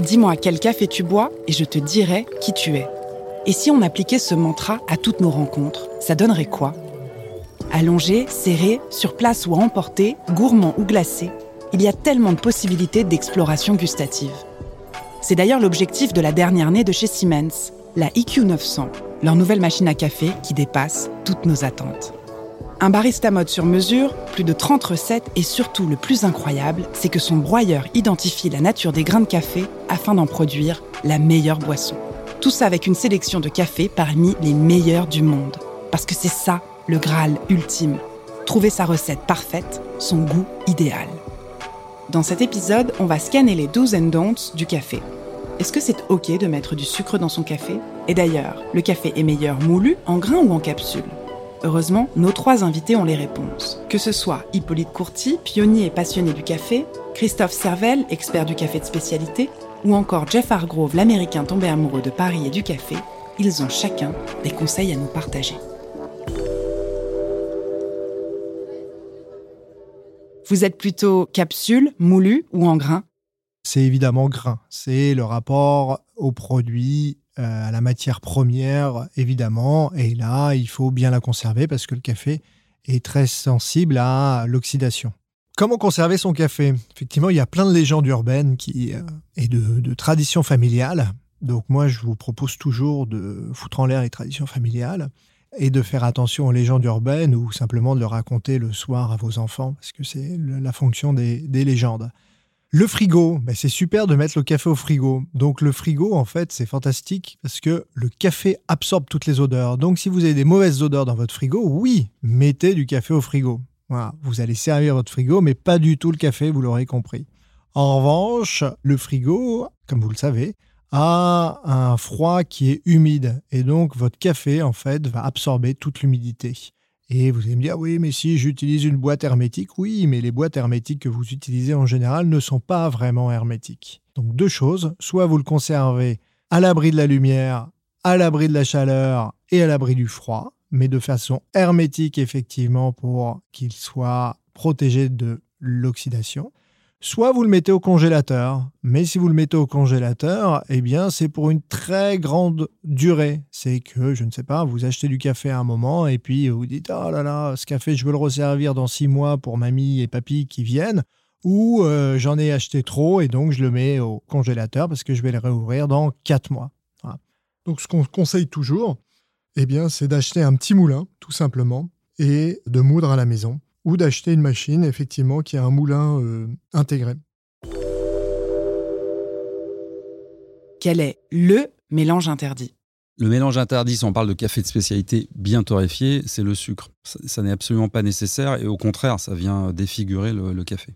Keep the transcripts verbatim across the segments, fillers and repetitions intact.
Dis-moi quel café tu bois et je te dirai qui tu es. Et si on appliquait ce mantra à toutes nos rencontres, ça donnerait quoi ? Allongé, serré, sur place ou à emporter, gourmand ou glacé, il y a tellement de possibilités d'exploration gustative. C'est d'ailleurs l'objectif de la dernière née de chez Siemens, la I Q neuf cents, leur nouvelle machine à café qui dépasse toutes nos attentes. Un barista mode sur mesure, plus de trente recettes et surtout le plus incroyable, c'est que son broyeur identifie la nature des grains de café afin d'en produire la meilleure boisson. Tout ça avec une sélection de cafés parmi les meilleurs du monde. Parce que c'est ça, le Graal ultime. Trouver sa recette parfaite, son goût idéal. Dans cet épisode, on va scanner les do's and don'ts du café. Est-ce que c'est OK de mettre du sucre dans son café ? Et d'ailleurs, le café est meilleur moulu, en grains ou en capsule ? Heureusement, nos trois invités ont les réponses. Que ce soit Hippolyte Courty, pionnier et passionné du café, Christophe Servel, expert du café de spécialité, ou encore Jeff Hargrove, l'Américain tombé amoureux de Paris et du café, ils ont chacun des conseils à nous partager. Vous êtes plutôt capsule, moulu ou en grain ? C'est évidemment grain. C'est le rapport au produit, euh, à la matière première, évidemment. Et là, il faut bien la conserver parce que le café est très sensible à l'oxydation. Comment conserver son café ? Effectivement, il y a plein de légendes urbaines qui, euh, et de, de traditions familiales. Donc moi, je vous propose toujours de foutre en l'air les traditions familiales et de faire attention aux légendes urbaines ou simplement de le raconter le soir à vos enfants parce que c'est la fonction des, des légendes. Le frigo, ben c'est super de mettre le café au frigo. Donc le frigo, en fait, c'est fantastique parce que le café absorbe toutes les odeurs. Donc si vous avez des mauvaises odeurs dans votre frigo, oui, mettez du café au frigo. Voilà, vous allez servir votre frigo, mais pas du tout le café, vous l'aurez compris. En revanche, le frigo, comme vous le savez, a un froid qui est humide. Et donc votre café, en fait, va absorber toute l'humidité. Et vous allez me dire, oui, mais si j'utilise une boîte hermétique, oui, mais les boîtes hermétiques que vous utilisez en général ne sont pas vraiment hermétiques. Donc deux choses, soit vous le conservez à l'abri de la lumière, à l'abri de la chaleur et à l'abri du froid, mais de façon hermétique, effectivement, pour qu'il soit protégé de l'oxydation. Soit vous le mettez au congélateur, mais si vous le mettez au congélateur, eh bien, c'est pour une très grande durée. C'est que, je ne sais pas, vous achetez du café à un moment et puis vous dites « Oh là là, ce café, je veux le resservir dans six mois pour mamie et papy qui viennent. » Ou euh, « J'en ai acheté trop et donc je le mets au congélateur parce que je vais le réouvrir dans quatre mois. » Voilà. Donc, ce qu'on conseille toujours, eh bien, c'est d'acheter un petit moulin, tout simplement, et de moudre à la maison. Ou d'acheter une machine, effectivement, qui a un moulin euh, intégré. Quel est le mélange interdit ? Le mélange interdit, si on parle de café de spécialité bien torréfié, c'est le sucre. Ça, ça n'est absolument pas nécessaire et au contraire, ça vient défigurer le, le café.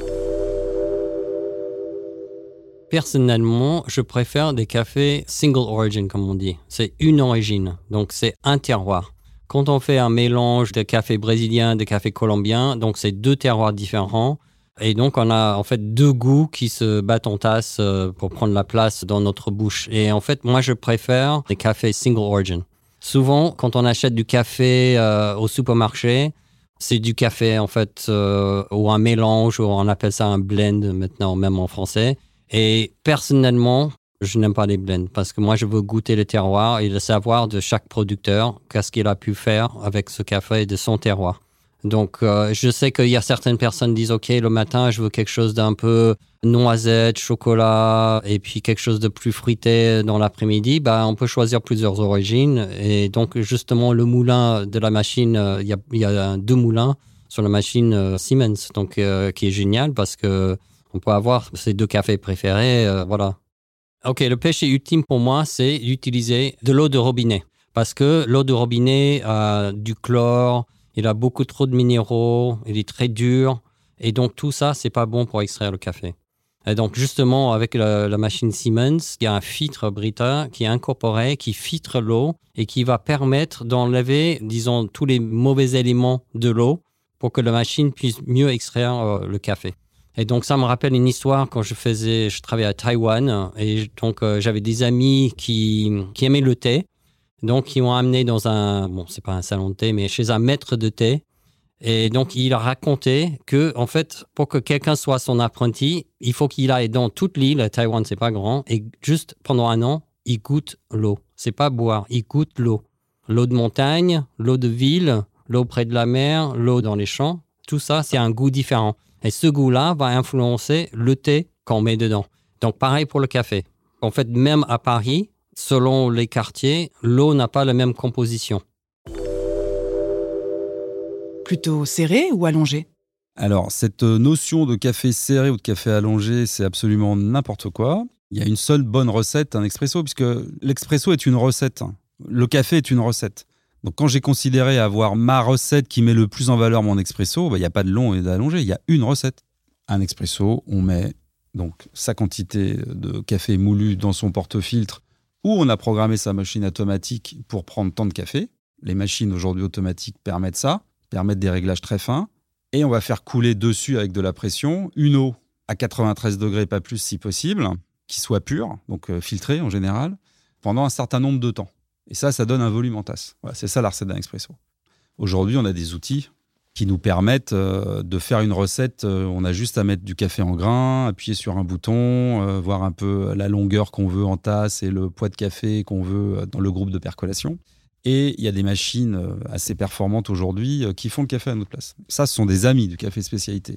Personnellement, je préfère des cafés single origin, comme on dit. C'est une origine, donc c'est un terroir. Quand on fait un mélange de café brésilien, de café colombien, donc c'est deux terroirs différents. Et donc, on a en fait deux goûts qui se battent en tasse pour prendre la place dans notre bouche. Et en fait, moi, je préfère les cafés single origin. Souvent, quand on achète du café euh, au supermarché, c'est du café en fait, euh, ou un mélange, ou on appelle ça un blend maintenant, même en français. Et personnellement, je n'aime pas les blends parce que moi, je veux goûter le terroir et le savoir de chaque producteur, qu'est-ce qu'il a pu faire avec ce café de son terroir. Donc, euh, je sais qu'il y a certaines personnes qui disent « Ok, le matin, je veux quelque chose d'un peu noisette, chocolat et puis quelque chose de plus fruité dans l'après-midi. » Bah, on peut choisir plusieurs origines. Et donc, justement, le moulin de la machine, il y a, il y a deux moulins sur la machine euh, Siemens, donc, euh, qui est génial parce qu'on peut avoir ses deux cafés préférés. Euh, voilà. Ok, le péché ultime pour moi, c'est d'utiliser de l'eau de robinet. Parce que l'eau de robinet a du chlore, il a beaucoup trop de minéraux, il est très dur. Et donc, tout ça, c'est pas bon pour extraire le café. Et donc, justement, avec la, la machine Siemens, il y a un filtre Brita qui est incorporé, qui filtre l'eau et qui va permettre d'enlever, disons, tous les mauvais éléments de l'eau pour que la machine puisse mieux extraire euh, le café. Et donc, ça me rappelle une histoire quand je faisais, je travaillais à Taïwan. Et donc, euh, j'avais des amis qui, qui aimaient le thé. Donc, ils m'ont amené dans un, bon, c'est pas un salon de thé, mais chez un maître de thé. Et donc, il a raconté que, en fait, pour que quelqu'un soit son apprenti, il faut qu'il aille dans toute l'île. Taïwan, c'est pas grand. Et juste pendant un an, il goûte l'eau. C'est pas boire, il goûte l'eau. L'eau de montagne, l'eau de ville, l'eau près de la mer, l'eau dans les champs. Tout ça, c'est un goût différent. Et ce goût-là va influencer le thé qu'on met dedans. Donc, pareil pour le café. En fait, même à Paris, selon les quartiers, l'eau n'a pas la même composition. Plutôt serré ou allongé ? Alors, cette notion de café serré ou de café allongé, c'est absolument n'importe quoi. Il y a une seule bonne recette, un expresso, puisque l'expresso est une recette. Le café est une recette. Donc, quand j'ai considéré avoir ma recette qui met le plus en valeur mon expresso, bah, il n'y a pas de long et d'allongé, il y a une recette. Un expresso, on met donc sa quantité de café moulu dans son porte-filtre, où on a programmé sa machine automatique pour prendre tant de café. Les machines aujourd'hui automatiques permettent ça. Permettre des réglages très fins, et on va faire couler dessus avec de la pression une eau à quatre-vingt-treize degrés, pas plus si possible, qui soit pure, donc euh, filtrée en général, pendant un certain nombre de temps. Et ça, ça donne un volume en tasse. Voilà, c'est ça la recette d'un expresso. Aujourd'hui, on a des outils qui nous permettent euh, de faire une recette. Euh, on a juste à mettre du café en grain, appuyer sur un bouton, euh, voir un peu la longueur qu'on veut en tasse et le poids de café qu'on veut dans le groupe de percolation. Et il y a des machines assez performantes aujourd'hui qui font le café à notre place. Ça, ce sont des amis du café spécialité.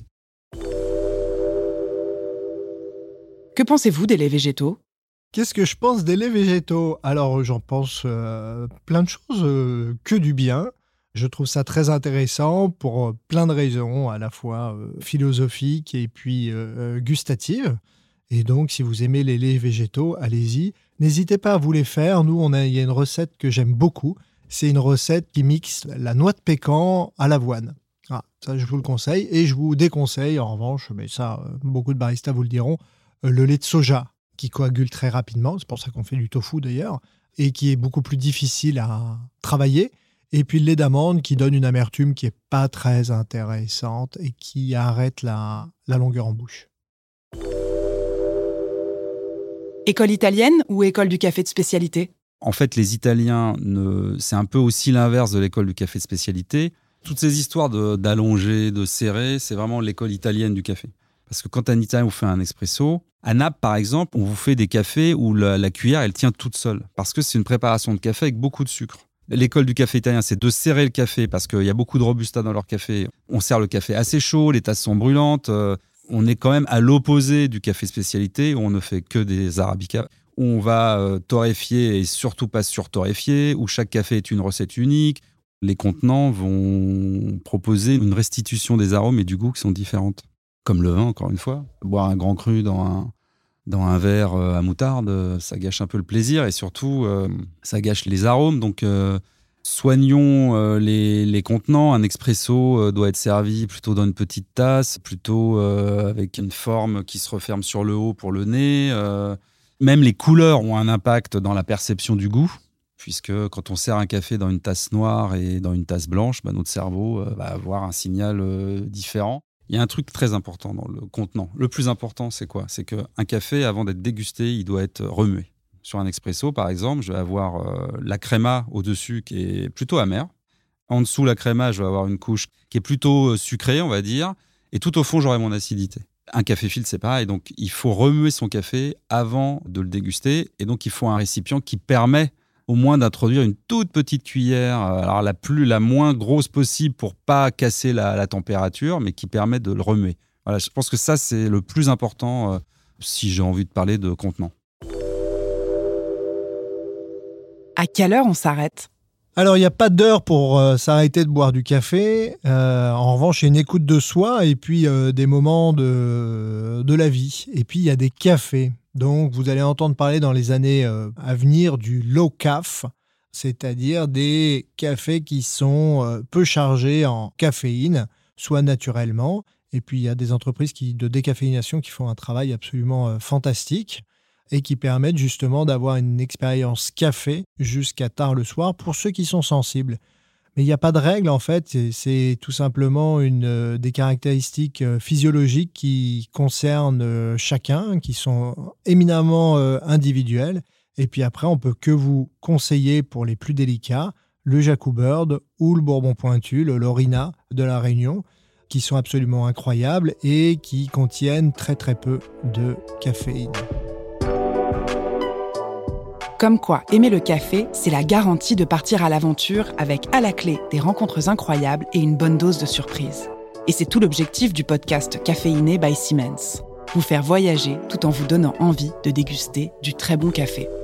Que pensez-vous des laits végétaux ? Qu'est-ce que je pense des laits végétaux ? Alors, j'en pense euh, plein de choses, euh, que du bien. Je trouve ça très intéressant pour euh, plein de raisons, à la fois euh, philosophiques et puis euh, gustatives. Et donc, si vous aimez les laits végétaux, allez-y. N'hésitez pas à vous les faire. Nous, on a, il y a une recette que j'aime beaucoup. C'est une recette qui mixe la noix de pécan à l'avoine. Ah, ça, je vous le conseille. Et je vous déconseille, en revanche, mais ça, beaucoup de baristas vous le diront, le lait de soja qui coagule très rapidement. C'est pour ça qu'on fait du tofu d'ailleurs. Et qui est beaucoup plus difficile à travailler. Et puis le lait d'amande qui donne une amertume qui n'est pas très intéressante et qui arrête la, la longueur en bouche. École italienne ou école du café de spécialité ? En fait, les Italiens, ne... c'est un peu aussi l'inverse de l'école du café de spécialité. Toutes ces histoires de, d'allonger, de serrer, c'est vraiment l'école italienne du café. Parce que quand un Italien vous fait un espresso, à Naples, par exemple, on vous fait des cafés où la, la cuillère, elle tient toute seule. Parce que c'est une préparation de café avec beaucoup de sucre. L'école du café italien, c'est de serrer le café parce qu'il y a beaucoup de robusta dans leur café. On sert le café assez chaud, les tasses sont brûlantes. Euh, on est quand même à l'opposé du café spécialité où on ne fait que des arabicas, où on va euh, torréfier et surtout pas surtorréfier, où chaque café est une recette unique. Les contenants vont proposer une restitution des arômes et du goût qui sont différentes. Comme le vin, encore une fois. Boire un grand cru dans un, dans un verre à moutarde, ça gâche un peu le plaisir et surtout, euh, ça gâche les arômes. Donc, euh, soignons euh, les, les contenants. Un expresso euh, doit être servi plutôt dans une petite tasse, plutôt euh, avec une forme qui se referme sur le haut pour le nez. Euh, même les couleurs ont un impact dans la perception du goût, puisque quand on sert un café dans une tasse noire et dans une tasse blanche, bah, notre cerveau euh, va avoir un signal euh, différent. Il y a un truc très important dans le contenant. Le plus important, c'est quoi ? C'est qu'un café, avant d'être dégusté, il doit être remué. Sur un expresso, par exemple, je vais avoir euh, la créma au-dessus qui est plutôt amère. En dessous, la créma, je vais avoir une couche qui est plutôt sucrée, on va dire. Et tout au fond, j'aurai mon acidité. Un café filtre, c'est pareil. Donc, il faut remuer son café avant de le déguster. Et donc, il faut un récipient qui permet au moins d'introduire une toute petite cuillère, alors la, plus, la moins grosse possible pour pas casser la, la température, mais qui permet de le remuer. Voilà, je pense que ça, c'est le plus important euh, si j'ai envie de parler de contenant. À quelle heure on s'arrête ? Alors, il n'y a pas d'heure pour euh, s'arrêter de boire du café. Euh, en revanche, il y a une écoute de soi et puis euh, des moments de, de la vie. Et puis, il y a des cafés. Donc, vous allez entendre parler dans les années euh, à venir du low caf, c'est-à-dire des cafés qui sont euh, peu chargés en caféine, soit naturellement. Et puis, il y a des entreprises qui, de décaféination qui font un travail absolument euh, fantastique et qui permettent justement d'avoir une expérience café jusqu'à tard le soir pour ceux qui sont sensibles. Mais il n'y a pas de règle, en fait. C'est, c'est tout simplement une, euh, des caractéristiques euh, physiologiques qui concernent euh, chacun, qui sont éminemment euh, individuelles. Et puis après, on ne peut que vous conseiller pour les plus délicats le Jacou Bird ou le Bourbon Pointu, le Lorina de la Réunion, qui sont absolument incroyables et qui contiennent très très peu de caféine. Comme quoi, aimer le café, c'est la garantie de partir à l'aventure avec à la clé des rencontres incroyables et une bonne dose de surprise. Et c'est tout l'objectif du podcast Caféiné by Siemens. Vous faire voyager tout en vous donnant envie de déguster du très bon café.